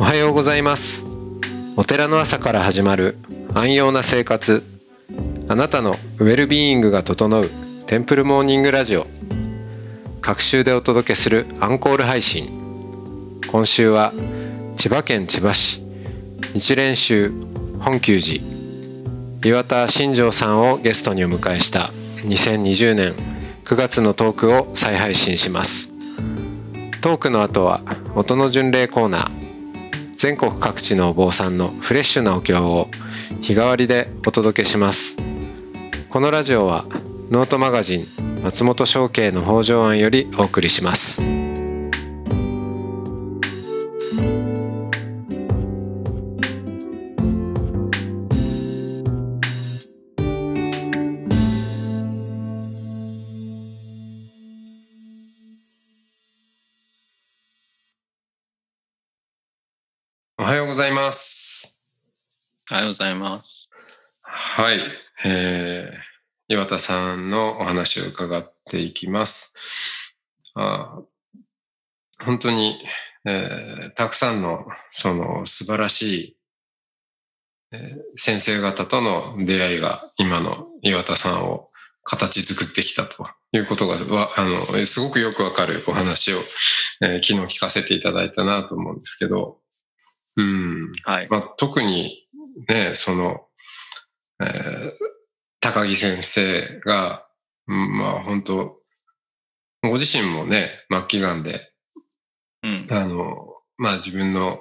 おはようございます。お寺の朝から始まる安養な生活、あなたのウェルビーイングが整うテンプルモーニングラジオ、各週でお届けするアンコール配信。今週は千葉県千葉市日蓮宗本久寺岩田新庄さんをゲストにお迎えした2020年9月のトークを再配信します。トークの後は音の巡礼コーナー、全国各地のお坊さんのフレッシュなお経を日替わりでお届けします。このラジオはノートマガジン松本商家の北条庵よりお送りします。おはようございます。 おはようございます。 はい、岩田さんのお話を伺っていきます。本当に、たくさんのその素晴らしい、先生方との出会いが今の岩田さんを形作ってきたということがすごくよくわかるお話を、昨日聞かせていただいたなと思うんですけど、 はい。 特にね、その、高木先生が、本当ご自身もね、末期がんで、自分の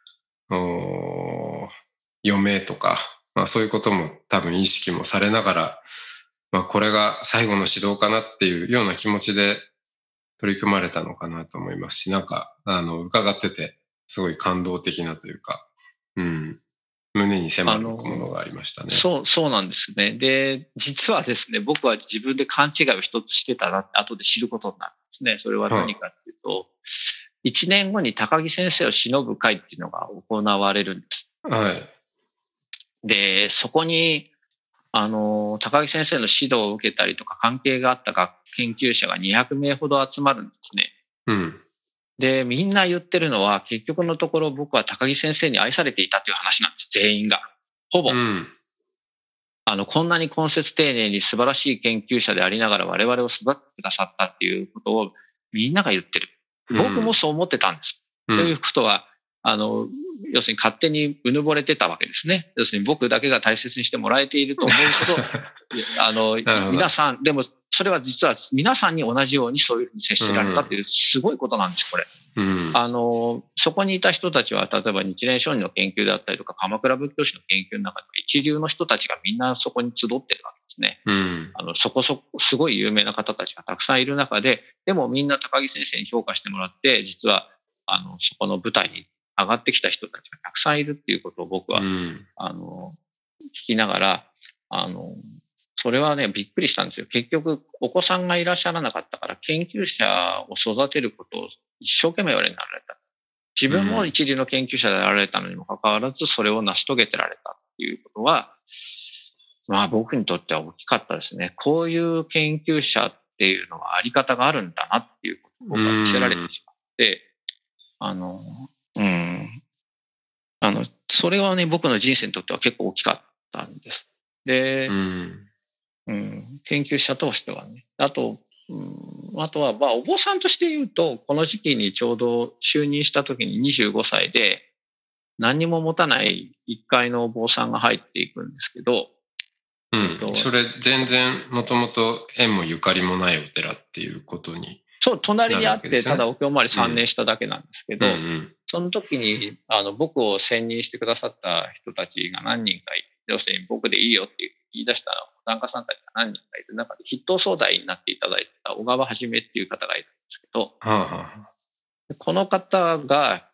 余命とか、そういうことも多分意識もされながら、これが最後の指導かなっていうような気持ちで取り組まれたのかなと思いますし、伺っててすごい感動的なというか、胸に迫るものがありましたね。 そうなんですね。で、実はですね、僕は自分で勘違いを一つしてたなって後で知ることになるんですね。それは何かっていうと、1年後に高木先生を偲ぶ会っていうのが行われるんです。 はい。 で、そこに、高木先生の指導を受けたりとか関係があった研究者が200名ほど集まるんですね。で、みんな言ってるのは、結局のところ僕は高木先生に愛されていたという話なんです、全員が。ほぼ。こんなに根節丁寧に素晴らしい研究者でありながら我々を育ててくださったっていうことをみんなが言ってる。僕もそう思ってたんです。ということは、要するに勝手にうぬぼれてたわけですね。要するに僕だけが大切にしてもらえていると思うけど、皆さん、でもそれは実は皆さんに同じようにそういうふうに接してられたっていうすごいことなんです、これ。そこにいた人たちは、例えば日蓮聖人の研究だったりとか、鎌倉仏教史の研究の中で一流の人たちがみんなそこに集ってるわけですね。すごい有名な方たちがたくさんいる中で、でもみんな高木先生に評価してもらって、実は、そこの舞台に上がってきた人たちがたくさんいるっていうことを僕は、聞きながら、それはね、びっくりしたんですよ。結局、お子さんがいらっしゃらなかったから、研究者を育てることを一生懸命おやりになられた。自分も一流の研究者であられたのにもかかわらず、それを成し遂げてられたっていうことは、僕にとっては大きかったですね。こういう研究者っていうのはあり方があるんだなっていうことを僕は見せられてしまって、それはね、僕の人生にとっては結構大きかったんです。で、研究者としてはね。あとは、お坊さんとして言うと、この時期にちょうど就任した時に25歳で、何にも持たない一階のお坊さんが入っていくんですけど、 それ全然もともと縁もゆかりもないお寺っていうことに、 そう、隣にあって、ただお経回り3年しただけなんですけど、その時に僕を選任してくださった人たちが何人かいて、要するに僕でいいよって言い出した檀家さんたちが何人かいる中で、筆頭総代になっていただいた小川はじめっていう方がいるんですけど、この方が、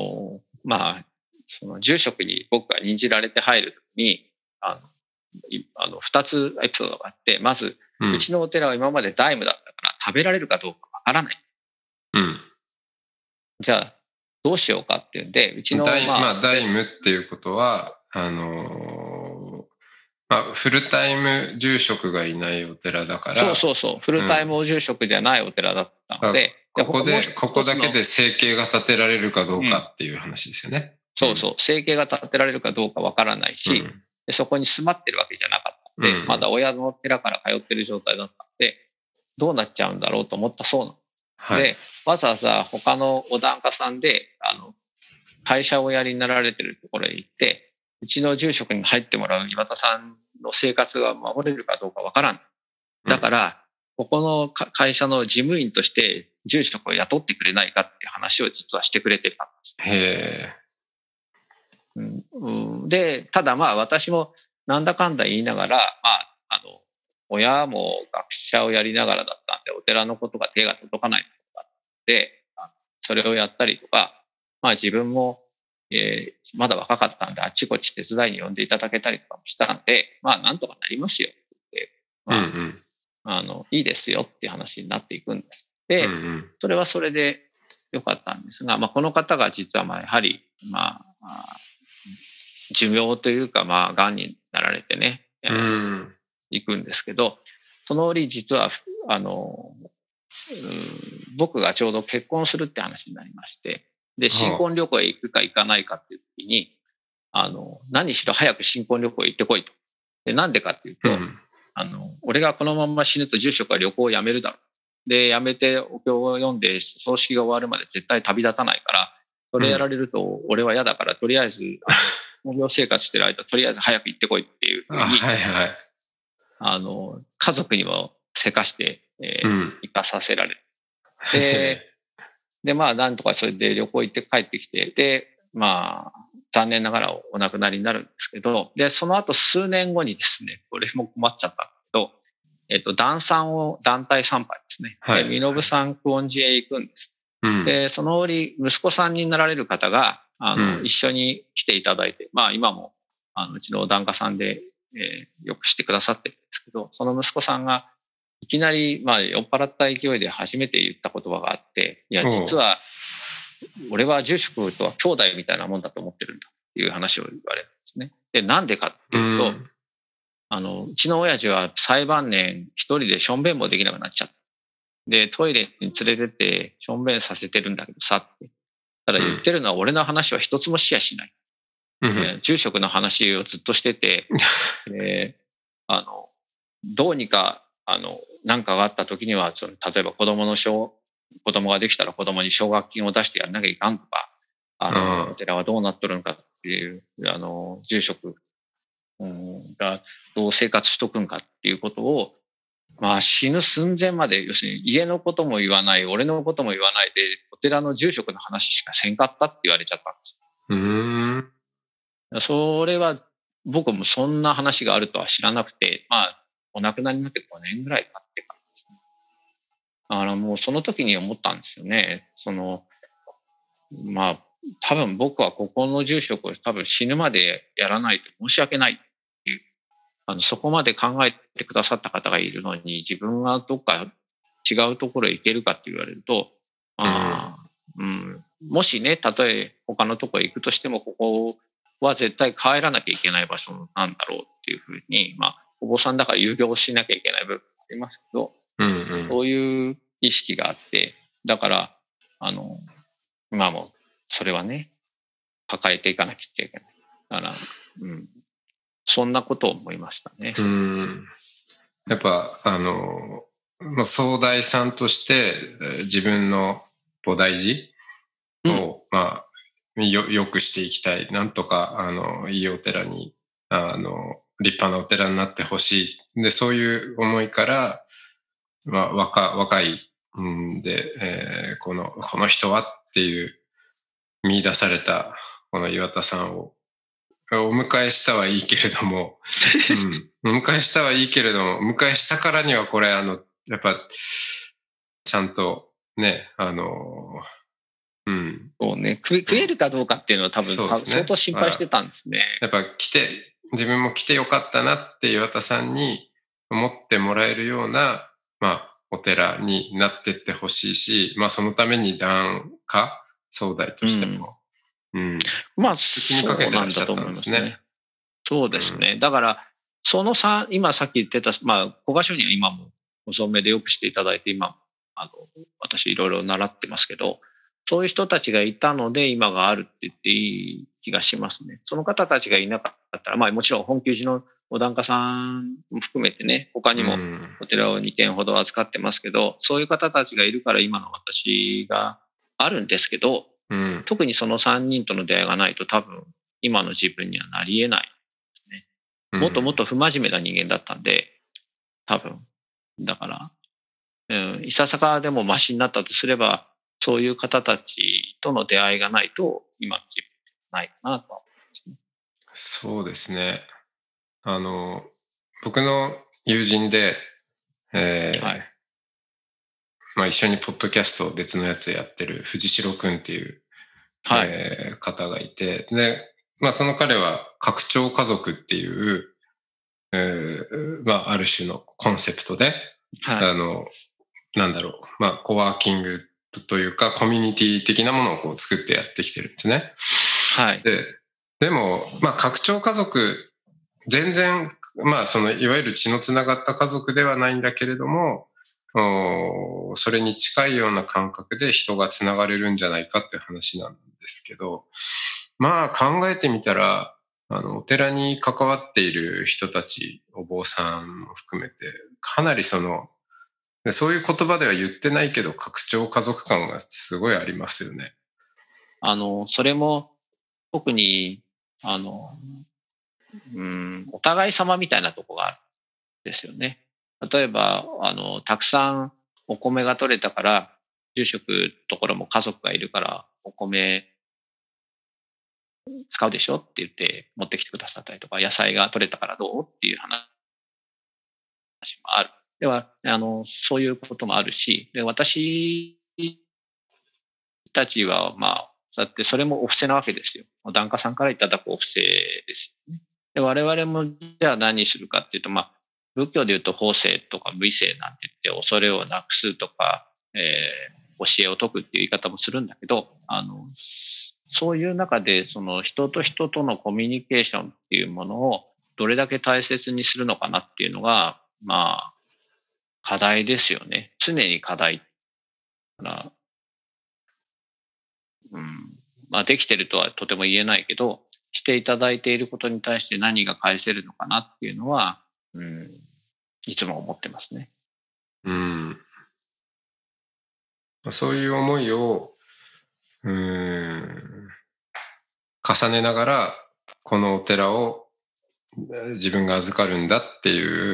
その住職に僕が任じられて入るときに、2つエピソードがあって、まず、うちのお寺は今まで大務だったから食べられるかどうかわからない。じゃあ、どうしようかっていうんで、うちの大務っていうことは、フルタイム住職がいないお寺だから。 そう。フルタイム住職じゃないお寺だったので、 ここだけで生計が立てられるかどうかっていう話ですよね。 そうそう、生計が立てられるかどうかわからないし、でそこに住まってるわけじゃなかったので、まだ親の寺から通ってる状態だったので、どうなっちゃうんだろうと思ったそうなの。はい、で、わざわざ他のお檀家さんで、会社をおやりになられてるところへ行って、うちの住職に入ってもらう岩田さんの生活が守れるかどうかわからん。だから、ここの会社の事務員として住職を雇ってくれないかっていう話を実はしてくれてたんです。へー。で、ただまあ私もなんだかんだ言いながら、親も学者をやりながらだったんで、お寺のことが手が届かないことがあって、それをやったりとか、まあ自分も、まだ若かったんで、あっちこっち手伝いに呼んでいただけたりとかもしたんで、まあなんとかなりますよって言って、いいですよっていう話になっていくんです。で、それはそれで良かったんですが、まあこの方が実はまあやはり、寿命というか、まあ癌になられてね、行くんですけど、その折実は、僕がちょうど結婚するって話になりまして、で、新婚旅行へ行くか行かないかっていう時に、何しろ早く新婚旅行へ行ってこいと。で、なんでかっていうと、俺がこのまま死ぬと住職は旅行をやめるだろう。で、やめてお経を読んで葬式が終わるまで絶対旅立たないから、それやられると俺は嫌だから、とりあえず、農業生活してる間、とりあえず早く行ってこいっていうふうに、家族にもせかして、行かさせられる。で、まあ、なんとかそれで旅行行って帰ってきて、で、まあ、残念ながらお亡くなりになるんですけど、で、その後数年後にですね、これも困っちゃったんだけど、壇参を団体参拝ですね。はい、身延山久遠寺へ行くんです。で、その折、息子さんになられる方が、一緒に来ていただいて、まあ、今も、うちの檀家さんで、よくしてくださってるんですけど、その息子さんがいきなり、まあ、酔っ払った勢いで初めて言った言葉があって、いや、実は、俺は住職とは兄弟みたいなもんだと思ってるんだっていう話を言われるんですね。で、なんでかっていうと、うちの親父は最晩年一人でしょんべんもできなくなっちゃった。で、トイレに連れてってしょんべんさせてるんだけどさって。ただ言ってるのは俺の話は一つもシェアしない。住職の話をずっとしてて、どうにか、何かがあった時には、例えば子供ができたら子供に奨学金を出してやらなきゃいかんとか、お寺はどうなっとるのかっていう、住職がどう生活しとくんかっていうことを、まあ死ぬ寸前まで、要するに家のことも言わない、俺のことも言わないで、お寺の住職の話しかせんかったって言われちゃったんです。それは僕もそんな話があるとは知らなくて、まあ、お亡くなりになって5年ぐらい経ってからですね。だからもうその時に思ったんですよね。まあ、多分僕はここの住職を多分死ぬまでやらないと申し訳ないっていう、そこまで考えてくださった方がいるのに、自分がどっか違うところへ行けるかって言われると、もしね、たとえ他のところへ行くとしても、ここは絶対帰らなきゃいけない場所なんだろうっていうふうに、まあ、お坊さんだから遊行しなきゃいけない部分がありますけど、そういう意識があって、だから、今もそれはね、抱えていかなきゃいけない。だから、そんなことを思いましたね。 やっぱ、総大さんとして自分の菩提寺を、まあ、よくしていきたい。なんとか、いいお寺に、立派なお寺になってほしい。で、そういう思いから、まあ、若いんで、この人はっていう見出された、この岩田さんを、お迎えしたはいいけれども、お迎えしたはいいけれども、お迎えしたからにはこれ、やっぱ、ちゃんとね、 そうね、食えるかどうかっていうのは多分、相当心配してたんですね。 やっぱ自分も来てよかったなって岩田さんに思ってもらえるような、まあ、お寺になってってほしいし、まあ、そのために檀家、総代としても、 まあ、そうなんだと思いますね。そうですね。だから、今さっき言ってた、まあ、古賀書には今もご存命でよくしていただいて、今、私いろいろ習ってますけど、 そういう人たちがいたので今があるって言っていい気がしますね。その方たちがいなかったら、まあもちろん本給寺のお檀家さんも含めてね、他にもお寺を2軒ほど扱ってますけど、そういう方たちがいるから今の私があるんですけど、特にその3人との出会いがないと多分今の自分にはなり得ないですね。もっともっと不真面目な人間だったんで、多分。だから、いささかでもマシになったとすれば、そういう方たちとの出会いがないと今の自分ないかなとは思いますね。 そうですね。僕の友人で、まあ一緒にポッドキャスト別のやつやってる藤代くんっていう、方がいて、で、まあその彼は拡張家族っていう、まあある種のコンセプトで、なんだろう、まあコワーキングというかコミュニティ的なものをこう作ってやってきてるんですね。 はい。 でも、まあ拡張家族、全然、まあそのいわゆる血のつながった家族ではないんだけれども、それに近いような感覚で人がつながれるんじゃないかっていう話なんですけど、まあ考えてみたら、お寺に関わっている人たち、お坊さんも含めて、かなりそういう言葉では言ってないけど、拡張家族感がすごいありますよね。 それも特に、お互い様みたいなとこがあるんですよね。例えば、たくさんお米が取れたから、住職ところも家族がいるから、お米使うでしょって言って持ってきてくださったりとか、野菜が取れたからどうっていう話もある。では、そういうこともあるし、で、私たちは、まあ、だってそれもお布施なわけですよ。檀家さんからいただくお布施ですよね。で、我々もじゃあ何するかっていうと、まあ、仏教で言うと法制とか無為制なんて言って恐れをなくすとか、教えを説くっていう言い方もするんだけど、そういう中でその人と人とのコミュニケーションっていうものをどれだけ大切にするのかなっていうのが、まあ、課題ですよね。常に課題。まあ、できてるとはとても言えないけど、していただいていることに対して何が返せるのかなっていうのは、いつも思ってますね。 そういう思いを、重ねながら、このお寺を自分が預かるんだっていう、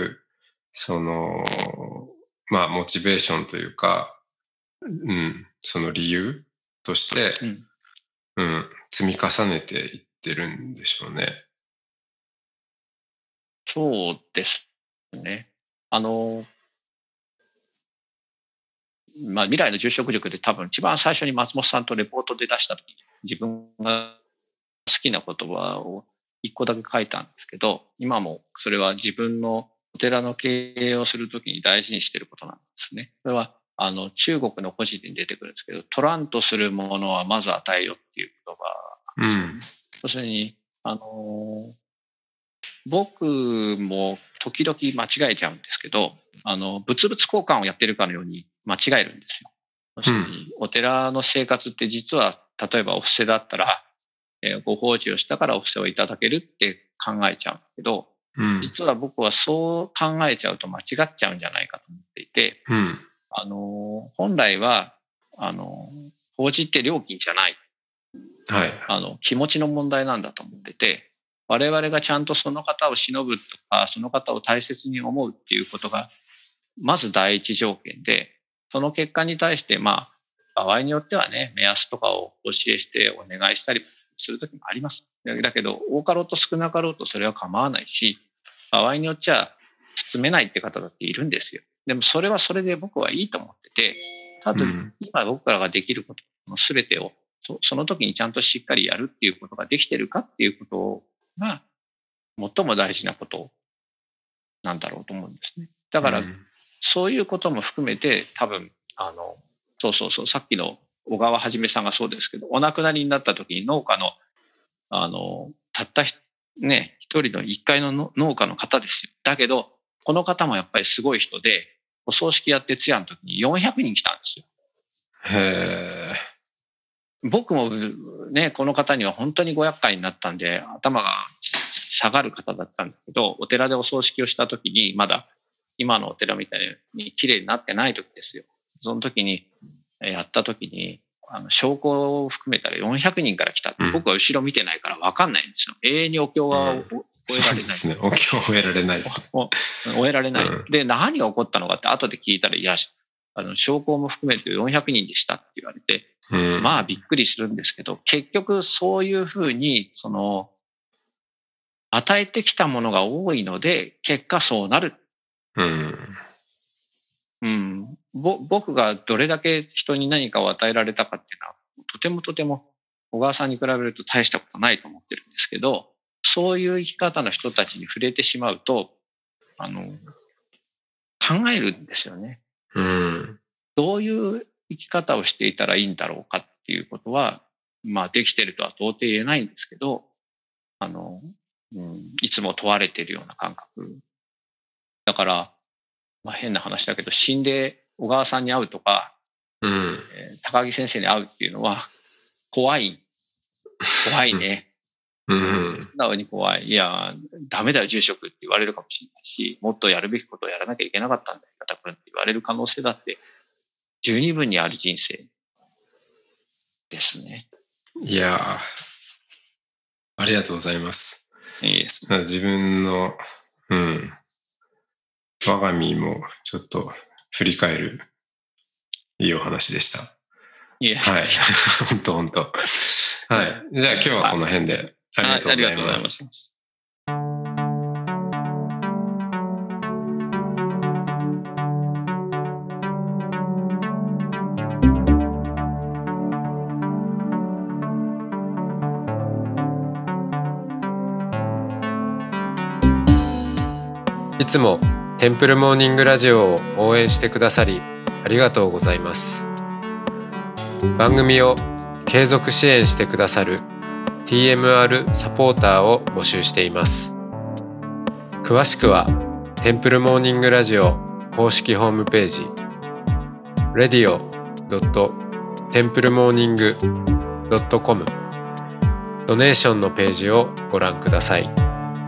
まあ、モチベーションというか、その理由として、積み重ねていってるんでしょうね。 そうですね。まあ、未来の住職塾で多分一番最初に松本さんとレポートで出した時に自分が好きな言葉を一個だけ書いたんですけど、今もそれは自分のお寺の経営をするときに大事にしていることなんですね。それは中国の古事に出てくるんですけど、取らんとするものはまず与えよっていう言葉、要するに僕も時々間違えちゃうんですけど、物々交換をやってるかのように間違えるんですよ。要するにお寺の生活って実は例えばお布施だったら、ご法事をしたからお布施をいただけるって考えちゃうんだけど、実は僕はそう考えちゃうと間違っちゃうんじゃないかと思っていて、本来は法事って料金じゃない、気持ちの問題なんだと思ってて、我々がちゃんとその方を忍ぶとか、その方を大切に思うっていうことがまず第一条件で、その結果に対してまあ場合によってはね、目安とかをお教えしてお願いしたりするときもあります。だけど多かろうと少なかろうとそれは構わないし、場合によっちゃ包めないって方だっているんですよ。でもそれはそれで僕はいいと思ってて、ただ今僕らができることの全てをその時にちゃんとしっかりやるっていうことができてるかっていうことが最も大事なことなんだろうと思うんですね。だから、そういうことも含めて多分、さっきの小川はじめさんがそうですけど、お亡くなりになった時に農家の、たったね、一人の一階の農家の方ですよ。だけど、この方もやっぱりすごい人で、お葬式やって通夜の時に400人来たんですよ。 へー。 僕もね、この方には本当にご厄介になったんで、頭が下がる方だったんだけど、お寺でお葬式をした時に、まだ今のお寺みたいに綺麗になってない時ですよ。その時に、やった時に、証拠を含めたら400人から来たって、僕は後ろ見てないから分かんないんですよ。永遠にお経が終えられない。 そうですね。お経を終えられないです。 終えられない。で、何が起こったのかって後で聞いたら、いや、証拠も含めて400人でしたって言われて、まあびっくりするんですけど、結局そういうふうに、与えてきたものが多いので、結果そうなる。僕がどれだけ人に何かを与えられたかっていうのは、とても小川さんに比べると大したことないと思ってるんですけど、そういう生き方の人たちに触れてしまうと、考えるんですよね。どういう生き方をしていたらいいんだろうかっていうことは、まあできてるとは到底言えないんですけど、いつも問われているような感覚。だから、まあ変な話だけど、死んで小川さんに会うとか、高木先生に会うっていうのは、怖いね。なのに怖い。いや、ダメだよ、住職って言われるかもしれないし、もっとやるべきことをやらなきゃいけなかったんだよ、片君って言われる可能性だって、十二分にある人生ですね。 いやー、ありがとうございます。 いいです。 自分の、我が身もちょっと振り返るいいお話でした。はい。本当。はい。じゃあ今日はこの辺でありがとうございます。いつもテンプルモーニングラジオを応援してくださりありがとうございます。番組を継続支援してくださる TMR サポーターを募集しています。詳しくはテンプルモーニングラジオ公式ホームページ radio.templemorning.com ドネーションのページをご覧ください。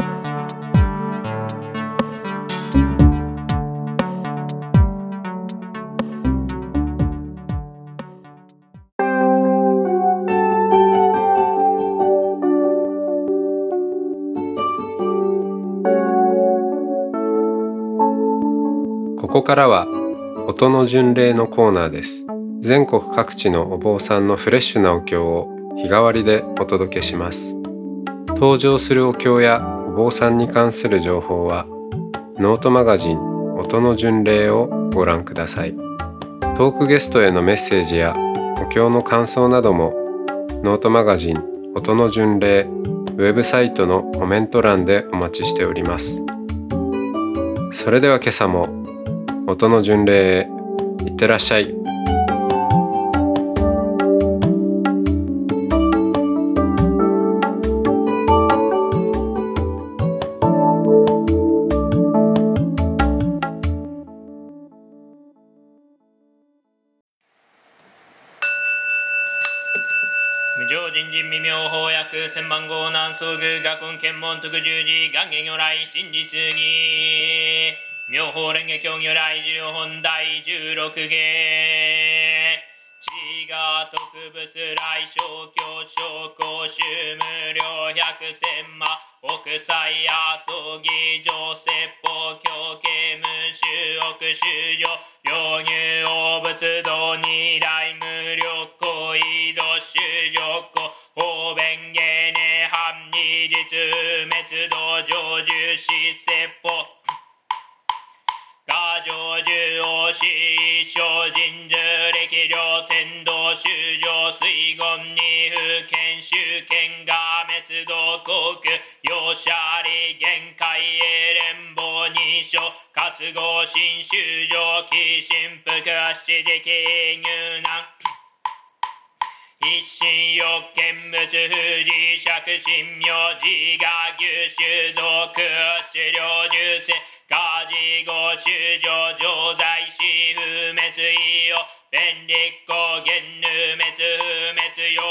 ここからは音の巡礼のコーナーです。全国各地のお坊さんのフレッシュなお経を日替わりでお届けします。登場するお経やお坊さんに関する情報はノートマガジン音の巡礼をご覧ください。トークゲストへのメッセージやお経の感想などもノートマガジン音の巡礼ウェブサイトのコメント欄でお待ちしております。それでは今朝も音の巡礼へいってらっしゃい。 無常人人未妙法訳千万号南宋宮学根検問特十字願下如来真実に妙法蓮華経如来寿量本第16芸地が特物来小教小公衆無料百千万億歳や葬儀上説法教刑無修億修上領入応仏道二来無力行為度修上公法弁芸ネ反二実滅道成就し説法画上重王子小人図力量天道修上水言二不見修見が滅道航空容赦利限界へ連邦二所活合新修上起心腹七時期入難一心欲見物不自釈心明自我牛修道空治療重生家事後修上常在死不滅意を便立公言無滅不滅用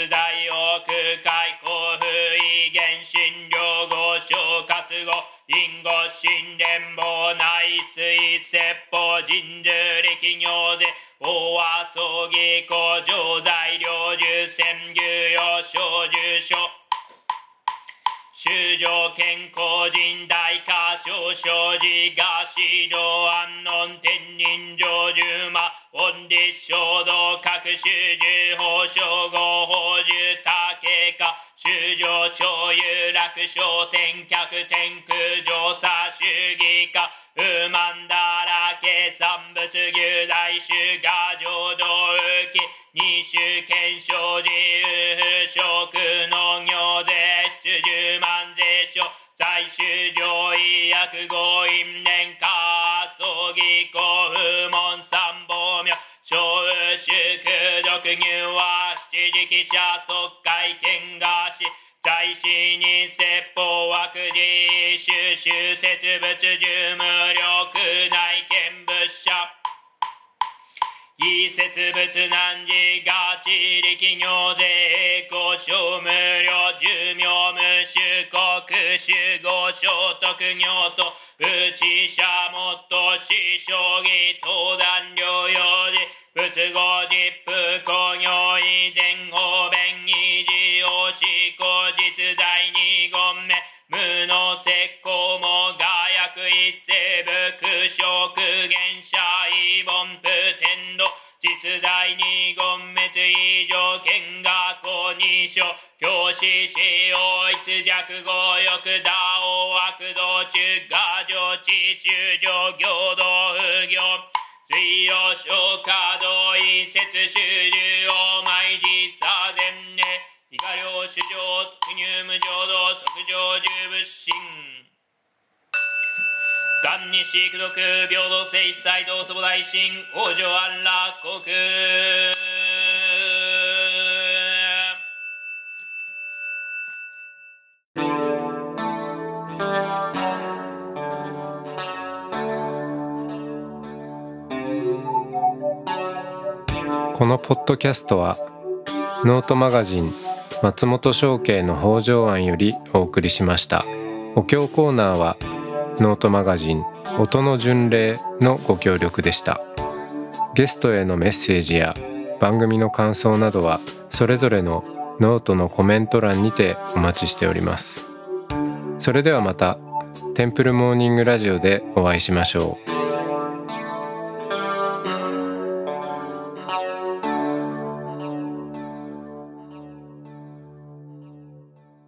在奥海公不意原神領後小活後因果神連邦内水説法人獣力行税大和葬儀工場材料重戦有用小重症修上健康人大化小生寺が指導安穏天人上十魔恩立衝動各種十法称号法樹竹か修上小有楽小天客天空上差主義か不満だらけ産物牛大衆が浄土浮き二種検証自由食農業税出10万税所在州上位約五因年下葬儀公不問三宝名小祝毒牛は七時記者即会見がし在市に説法枠自収集設物事無力内見物者異設物難事が地力行税交渉無料寿命無種国種合所得業と内社もっとし将棋登壇療養時仏語実布工業以前方便維持を施行実在に言目無の石膏もが約一世仏食原社異凡不天道実在に言滅以上見学校二所教師使用一弱語欲打王悪道中画上地修上行道不行水曜消化道一節修十を毎日左前ね以下領主上特入無浄土即上十仏心元日苦毒平等性一切同坪大神往生安楽国このポッドキャストはノートマガジン松本商家の北条庵よりお送りしました。お経コーナーはノートマガジン音の巡礼のご協力でした。ゲストへのメッセージや番組の感想などはそれぞれのノートのコメント欄にてお待ちしております。それではまたテンプルモーニングラジオでお会いしましょう。